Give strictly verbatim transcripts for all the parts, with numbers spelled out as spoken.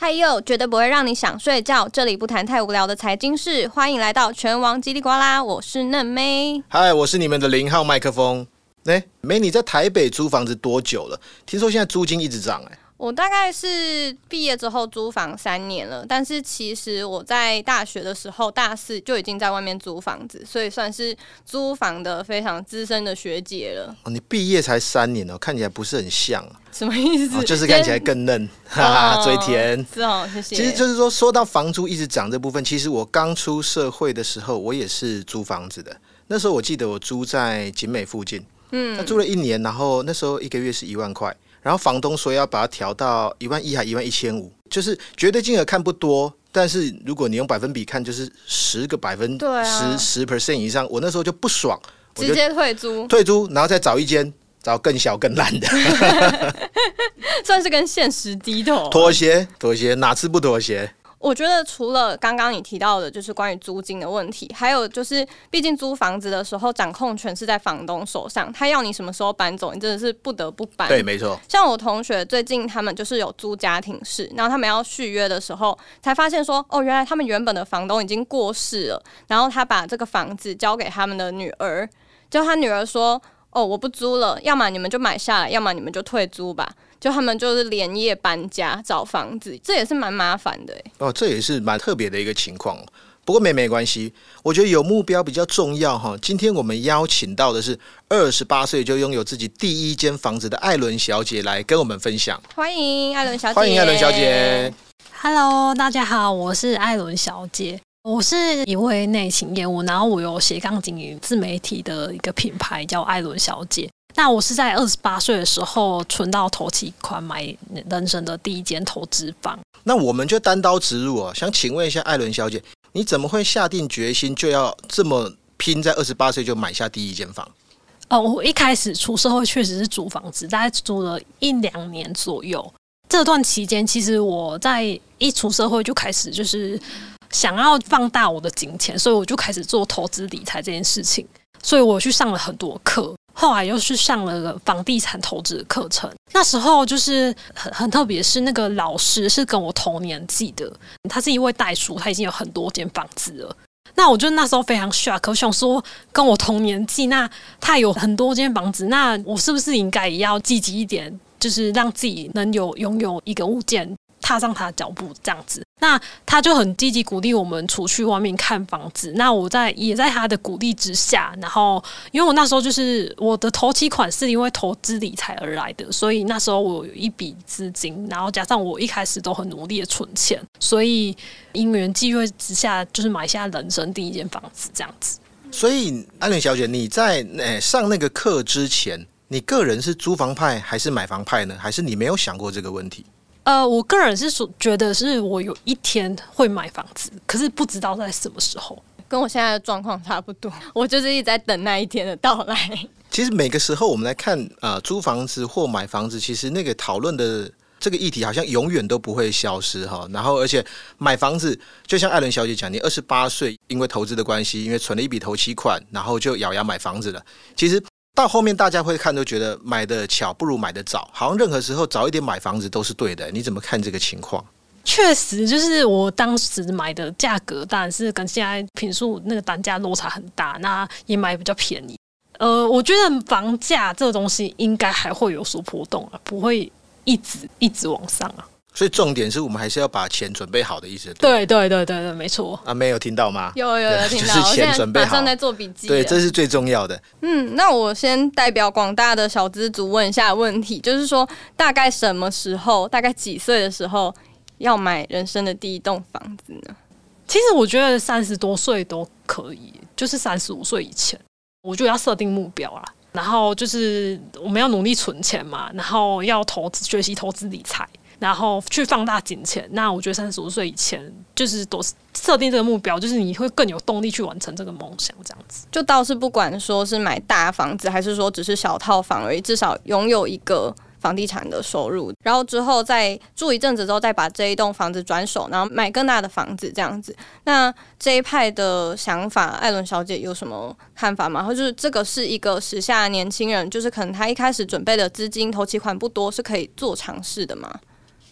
嗨哟，绝对不会让你想睡觉，这里不谈太无聊的财经事，欢迎来到全王叽里呱啦，我是嫩妹。 嗨，我是你们的零号麦克风。哎，妹，你在台北租房子多久了？听说现在租金一直涨哎。 我大概是毕业之后租房三年了，但是其实我在大学的时候大四就已经在外面租房子，所以算是租房的非常资深的学姐了。 哦，你毕业才三年哦，看起来不是很像啊。 什么意思？ 哦，就是看起来更嫩，哈哈，嘴甜。 是哦，谢谢。 其实就是说，说到房租一直涨这部分，其实我刚出社会的时候，我也是租房子的。那时候我记得我租在景美附近，嗯，那租了一年，然后那时候一个月是一万块。然后房东说要把它调到一万一还一万一千五，就是绝对金额看不多，但是如果你用百分比看，就是十个百分十十 percent 以上，我那时候就不爽， 直接退租， 退租，然后再找一间，找更小更烂的， 算是跟现实低头， 妥协妥协，哪次不妥协？ 我觉得除了刚刚你提到的，就是关于租金的问题，还有就是，毕竟租房子的时候，掌控权是在房东手上，他要你什么时候搬走，你真的是不得不搬。 对，没错。 像我同学最近他们就是有租家庭式，然后他们要续约的时候，才发现说，哦，原来他们原本的房东已经过世了，然后他把这个房子交给他们的女儿，就他女儿说，哦，我不租了，要么你们就买下来，要么你们就退租吧。就他们就是连夜搬家找房子，这也是蛮麻烦的、欸、 哦，这也是蛮特别的一个情况。不过没没关系，我觉得有目标比较重要哈。今天我们邀请到的是二十八岁就拥有自己第一间房子的艾伦小姐来跟我们分享。 欢迎艾伦小姐， 欢迎艾伦小姐。 Hello， 大家好，我是艾伦小姐。我是一位内勤业务，然后我有斜杠经营自媒体的一个品牌叫艾伦小姐。那我是在二十八岁的时候存到头期款，买人生的第一间投资房。 那我们就单刀直入哦，想请问一下艾伦小姐，你怎么会下定决心就要这么拼，在二十八岁就买下第一间房？ 哦，我一开始出社会确实是租房子，大概租了一两年左右。这段期间，其实我在一出社会就开始就是想要放大我的金钱，所以我就开始做投资理财这件事情。所以我去上了很多课，后来又去上了房地产投资的课程。那时候就是很很特别，是那个老师是跟我同年纪的，他是一位代书，他已经有很多间房子了。那我就那时候非常 shock， 我想说跟我同年纪，那他有很多间房子，那我是不是应该也要积极一点，就是让自己能有拥有一个物件，踏上他的脚步这样子。那他就很积极鼓励我们出去外面看房子，那我在也在他的鼓励之下，然后因为我那时候就是我的头期款是因为投资理财而来的，所以那时候我有一笔资金，然后加上我一开始都很努力的存钱，所以因缘际会之下就是买下人生第一间房子这样子。 所以艾伦小姐，你在、欸、上那个课之前，你个人是租房派还是买房派呢？还是你没有想过这个问题？ 呃，我个人是觉得是我有一天会买房子，可是不知道在什么时候。 跟我现在的状况差不多，我就是一直在等那一天的到来。 其实每个时候我们来看呃租房子或买房子，其实那个讨论的这个议题好像永远都不会消失哈。然后而且买房子，就像艾伦小姐讲，你二十八岁因为投资的关系，因为存了一笔头期款，然后就咬牙买房子了。其实到后面大家会看都觉得买得巧不如买得早，好像任何时候早一点买房子都是对的。你怎么看这个情况？ 确实，就是我当时买的价格当然是跟现在坪数那个单价落差很大，那也买比较便宜。呃，我觉得房价这个东西应该还会有所波动啊，不会一直一直往上啊。 所以重点是我们还是要把钱准备好的意思。 对对对对对，没错。 啊，没有听到吗？ 有有有听到， 就是钱准备好， 我现在马上在做笔记。 对，这是最重要的。 嗯，那我先代表广大的小资族问一下问题，就是说大概什么时候，大概几岁的时候要买人生的第一栋房子呢？ 其实我觉得三十多岁都可以，就是三十五岁以前，我觉得要设定目标啦。然后就是我们要努力存钱嘛，然后要投资学习投资理财，然后去放大金钱。那我觉得三十五岁以前就是都设定这个目标，就是你会更有动力去完成这个梦想，这样子。 就倒是不管说是买大房子，还是说只是小套房而已，至少拥有一个房地产的收入，然后之后再住一阵子之后，再把这一栋房子转手，然后买更大的房子这样子。那这一派的想法，艾伦小姐有什么看法吗？或者这个是一个时下年轻人，就是可能他一开始准备的资金头期款不多，是可以做尝试的吗？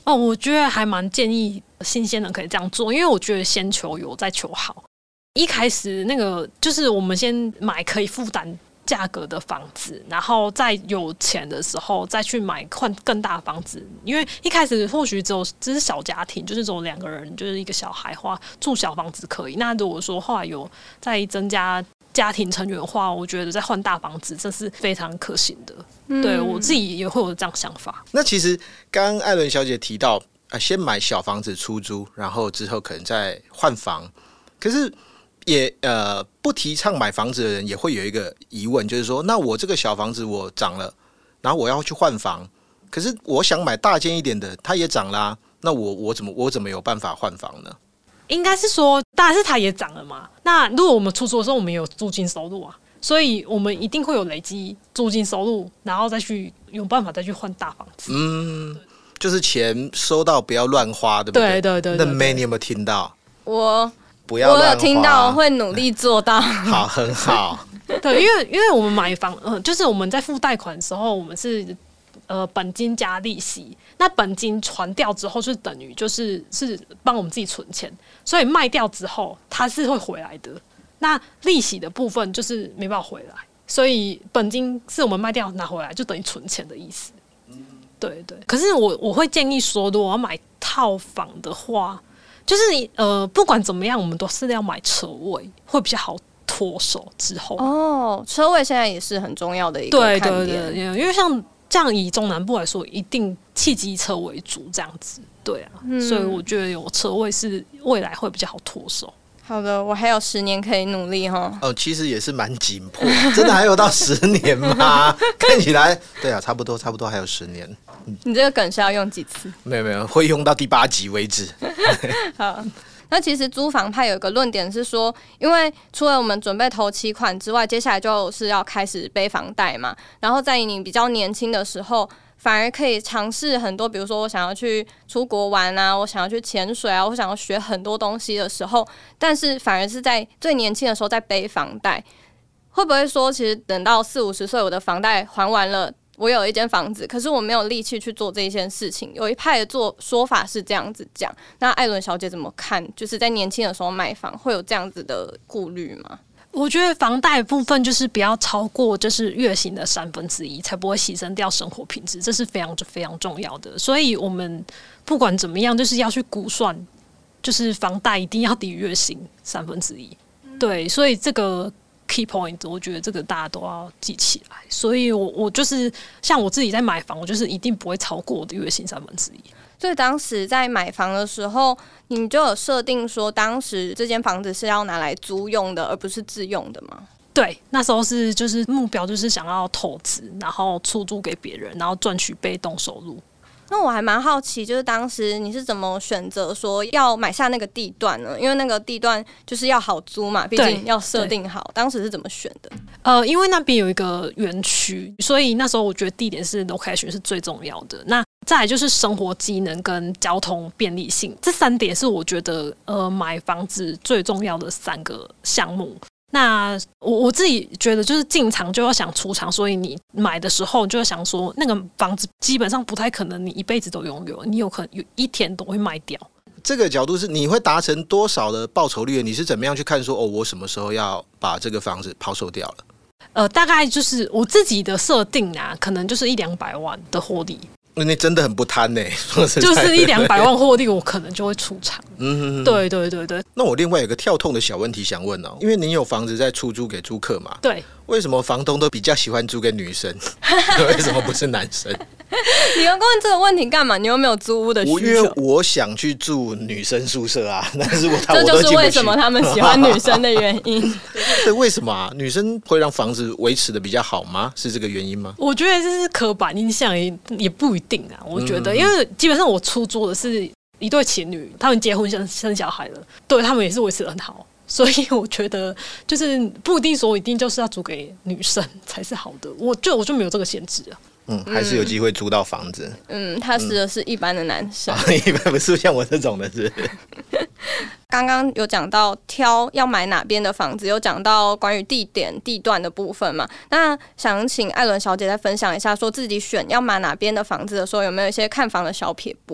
哦，我觉得还蛮建议新鲜人可以这样做，因为我觉得先求有再求好。一开始那个就是我们先买可以负担价格的房子，然后在有钱的时候再去买换更大的房子。因为一开始或许只有只是小家庭，就是只有两个人，就是一个小孩的话，住小房子可以。那如果说后来有再增加家庭成员的话，我觉得再换大房子这是非常可行的。嗯、对我自己也会有这样想法。 那其实刚刚艾伦小姐提到，呃，先买小房子出租，然后之后可能再换房，可是。也呃不提倡买房子的人也会有一个疑问，就是说，那我这个小房子我涨了，然后我要去换房，可是我想买大间一点的，它也涨啦、啊，那我我怎么我怎么有办法换房呢？ 应该是说，当然是它也涨了嘛。那如果我们出租的时候，我们有租金收入啊，所以我们一定会有累积租金收入，然后再去有办法再去换大房子。 嗯，就是钱收到不要乱花，对不对？ 对对 对, 对, 对。 那 May 你有没有听到？ 我。 不要乱花， 我有听到，会努力做到。 好，很好。 对，因为因为我们买房，呃，就是我们在付贷款的时候，我们是呃本金加利息。那本金还掉之后，就等于就是是帮我们自己存钱，所以卖掉之后它是会回来的。那利息的部分就是没办法回来，所以本金是我们卖掉拿回来，就等于存钱的意思。对对。可是我我会建议说，如果要买套房的话。就是呃，不管怎么样，我们都是要买车位，会比较好脱手之后。 哦，车位现在也是很重要的一个看点。对对对， 因为像这样以中南部来说，一定汽机车为主这样子。对啊、嗯，所以我觉得有车位是未来会比较好脱手。 好的，我还有十年可以努力哈。 哦，其实也是蛮紧迫，真的还有到十年吗？看起来，对啊，差不多，差不多还有十年。 你这个梗是要用几次？ 没有没有，会用到第八集为止。 好，那其实租房派有一个论点是说，因为除了我们准备头期款之外，接下来就是要开始背房贷嘛。然后在你比较年轻的时候，反而可以尝试很多，比如说我想要去出国玩啊，我想要去潜水啊，我想要学很多东西的时候，但是反而是在最年轻的时候在背房贷，会不会说，其实等到四五十岁，我的房贷还完了？我有一间房子，可是我没有力气去做这一件事情。有一派的做说法是这样子讲，那艾伦小姐怎么看？就是在年轻的时候买房会有这样子的顾虑吗？ 我觉得房贷部分就是不要超过就是月薪的三分之一，才不会牺牲掉生活品质，这是非常非常重要的。所以我们不管怎么样，就是要去估算，就是房贷一定要低于月薪三分之一。对，所以这个。key point， 我觉得这个大家都要记起来，所以我我就是像我自己在买房，我就是一定不会超过我的月薪三分之一。 所以当时在买房的时候，你就有设定说，当时这间房子是要拿来租用的，而不是自用的吗？ 对，那时候是就是目标就是想要投资，然后出租给别人，然后赚取被动收入。 那我还蛮好奇，就是当时你是怎么选择说要买下那个地段呢？因为那个地段就是要好租嘛，毕竟要设定好。当时是怎么选的？ 呃，因为那边有一个园区，所以那时候我觉得地点是 location 是最重要的。那再来就是生活机能跟交通便利性，这三点是我觉得呃买房子最重要的三个项目。那我我自己觉得就是进场就要想出场，所以你买的时候就要想说那个房子基本上不太可能你一辈子都拥有，你有可能有一天都会卖掉。 这个角度是你会达成多少的报酬率？你是怎么样去看说哦，我什么时候要把这个房子抛售掉了？ 呃，大概就是我自己的设定啊，可能就是一两百万的获利。 那真的很不贪呢、欸， 就是一两百万获利，我可能就会出场。嗯，对对对对。 那我另外有个跳痛的小问题想问哦，因为您有房子在出租给租客嘛？ 对。 为什么房东都比较喜欢租给女生？为什么不是男生？ 你要问这个问题干嘛？你又没有租屋的需求。 因为我想去住女生宿舍啊，但是我这就是为什么他们喜欢女生的原因。 对，为什么啊？女生会让房子维持的比较好吗？是这个原因吗？ 我觉得这是刻板印象，也也不一定啊。我觉得，嗯、因为基本上我出租的是一对情侣，他们结婚生生小孩了，对他们也是维持得很好。所以我觉得就是不一定说一定就是要租给女生才是好的，我就我就没有这个限制啊。 嗯，还是有机会租到房子。 嗯，他适合是一般的男生， 嗯啊、一般不是像我这种的是。 刚刚有讲到挑要买哪边的房子，有讲到关于地点地段的部分嘛？那想请艾伦小姐再分享一下，说自己选要买哪边的房子的时候，有没有一些看房的小撇步？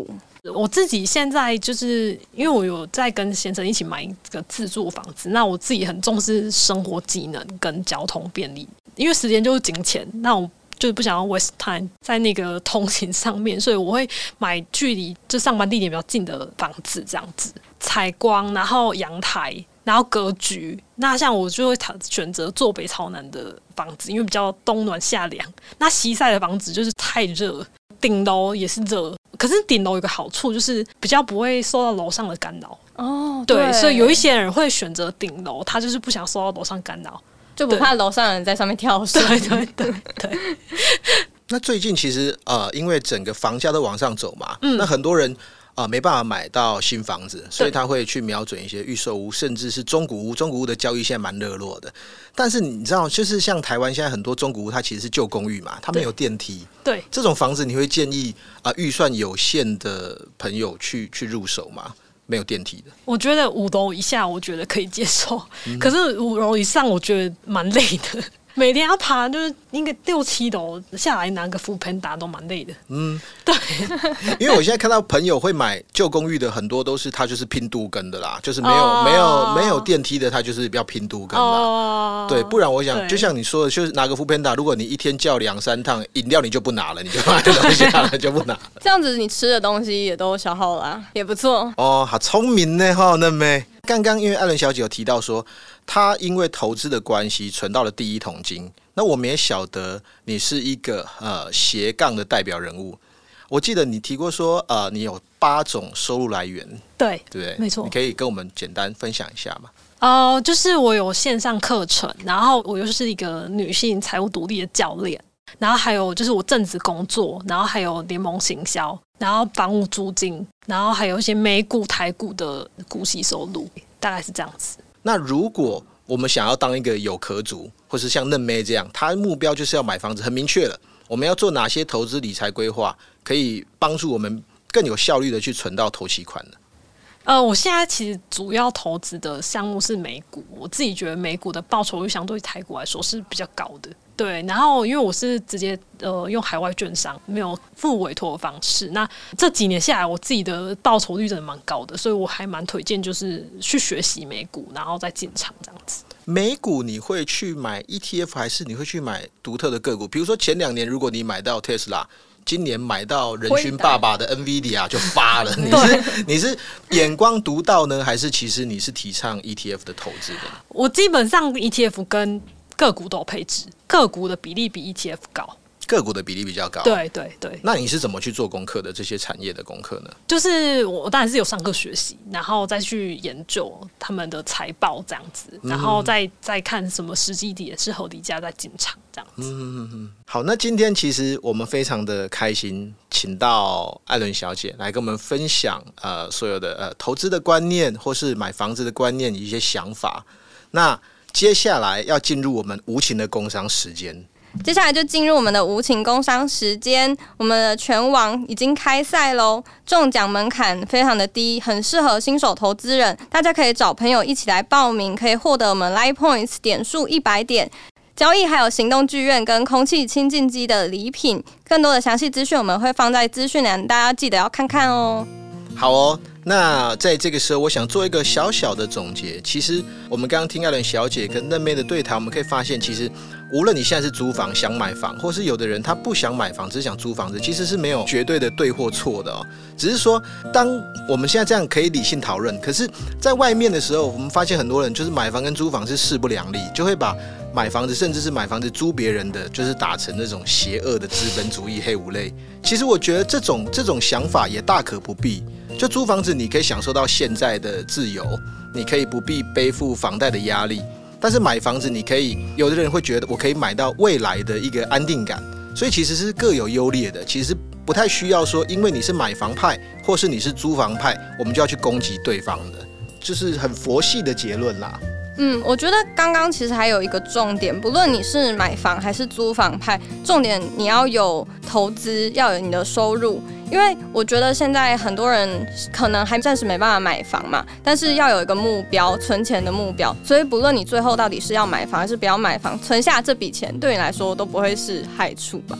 我自己现在就是因为我有在跟先生一起买一个自住房子，那我自己很重视生活技能跟交通便利，因为时间就是金钱，那我就是不想要 waste time 在那个通勤上面，所以我会买距离就上班地点比较近的房子，这样子采光，然后阳台，然后格局。那像我就会选择坐北朝南的房子，因为比较冬暖夏凉。那西晒的房子就是太热，顶楼也是热，可是顶楼有个好处就是比较不会受到楼上的干扰。 哦， 对， 对， 所以有一些人会选择顶楼，他就是不想受到楼上干扰。 就不怕楼上的人在上面跳水。 对对对对。 那最近其实呃，因为整个房价都往上走嘛， 嗯、 那很多人呃没办法买到新房子，所以他会去瞄准一些预售屋，甚至是中古屋。中古屋的交易现在蛮热络的，但是你知道，就是像台湾现在很多中古屋，它其实是旧公寓嘛，它没有电梯。 对， 这种房子你会建议啊、呃、预算有限的朋友去去入手吗？没有电梯的， 我觉得五楼以下我觉得可以接受，嗯、可是五楼以上我觉得蛮累的，每天要爬就是应该六七楼下来拿个扶贫打都蛮累的。嗯，对， 因为我现在看到朋友会买旧公寓的很多都是他就是拼都更的啦，就是没有、哦、没有没有电梯的，他就是要拼都更啦。哦、对，不然我想就像你说的，就是拿个扶贫打，如果你一天叫两三趟饮料，你就不拿了，你就买东西了就不拿。 这样子你吃的东西也都消耗了、啊，也不错。 哦，好聪明呢哈，嫩妹。刚刚因为艾伦小姐有提到说，她因为投资的关系存到了第一桶金。那我们也晓得你是一个呃斜杠的代表人物。我记得你提过说，呃，你有八种收入来源， 对对不对？ 没错。 你可以跟我们简单分享一下吗？ 哦、呃，就是我有线上课程，然后我又是一个女性财务独立的教练，然后还有就是我正职工作，然后还有联盟行销，然后房屋租金，然后还有一些美股、台股的股息收入，大概是这样子。 那如果我们想要当一个有壳族，或是像嫩妹这样，她目标就是要买房子，很明确了，我们要做哪些投资理财规划，可以帮助我们更有效率的去存到头期款呢？ 呃，我现在其实主要投资的项目是美股，我自己觉得美股的报酬率相对台股来说是比较高的。对，然后因为我是直接呃用海外券商，没有付委托的方式，那这几年下来，我自己的报酬率真的蛮高的，所以我还蛮推荐就是去学习美股，然后再进场这样子。 美股你会去买 E T F 还是你会去买独特的个股？比如说前两年如果你买到 Tesla， 今年买到人群爸爸的 NVIDIA 就发了，你是你是眼光独到呢，还是其实你是提倡 E T F 的投资的？ 我基本上 E T F 跟个股都有配置，个股的比例比 E T F 高。 个股的比例比较高， 对对对。 那你是怎么去做功课的？这些产业的功课呢？ 就是我当然是有上课学习，然后再去研究他们的财报这样子，然后再再看什么时机点是合理价再进场这样子。 嗯嗯。好，那今天其实我们非常的开心，请到艾伦小姐来跟我们分享呃所有的呃投资的观念，或是买房子的观念一些想法。那接下来要进入我们无情的工商时间。 接下来就进入我们的无情工商时间，我们的拳王已经开赛喽，中奖门槛非常的低，很适合新手投资人，大家可以找朋友一起来报名，可以获得我们 Live Points 点数一百点，交易还有行动剧院跟空气清净机的礼品，更多的详细资讯我们会放在资讯栏，大家记得要看看哦。 好哦，那在这个时候我想做一个小小的总结。其实我们刚刚听艾伦小姐跟嫩妹的对谈，我们可以发现其实无论你现在是租房想买房，或是有的人他不想买房只是想租房子，其实是没有绝对的对或错的哦。只是说当我们现在这样可以理性讨论，可是在外面的时候我们发现很多人就是买房跟租房是势不两立，就会把买房子甚至是买房子租别人的就是打成那种邪恶的资本主义黑五类。其实我觉得这种这种想法也大可不必，就租房子你可以享受到现在的自由，你可以不必背负房贷的压力，但是买房子你可以，有的人会觉得我可以买到未来的一个安定感，所以其实是各有优劣的，其实不太需要说因为你是买房派或是你是租房派我们就要去攻击对方的，就是很佛系的结论啦。 嗯，我觉得刚刚其实还有一个重点，不论你是买房还是租房派，重点你要有投资，要有你的收入。因为我觉得现在很多人可能还暂时没办法买房嘛，但是要有一个目标，存钱的目标。所以不论你最后到底是要买房还是不要买房，存下这笔钱对你来说都不会是害处吧。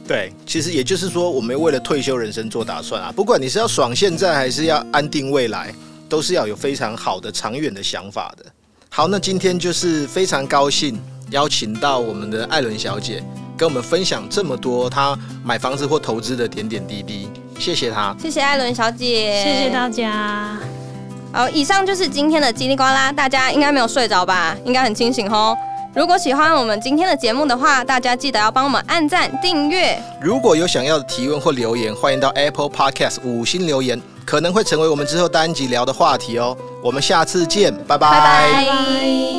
对，其实也就是说，我们为了退休人生做打算啊，不管你是要爽现在，还是要安定未来，都是要有非常好的长远的想法的。好，那今天就是非常高兴邀请到我们的艾伦小姐，跟我们分享这么多她买房子或投资的点点滴滴，谢谢她， 谢谢艾伦小姐， 谢谢大家。 好，以上就是今天的叽里呱啦，大家应该没有睡着吧？应该很清醒吼。如果喜欢我们今天的节目的话，大家记得要帮我们按赞、订阅。 如果有想要的提问或留言，欢迎到 Apple Podcast 五星留言，可能会成为我们之后单集聊的话题哦。我们下次见，拜拜。 拜拜。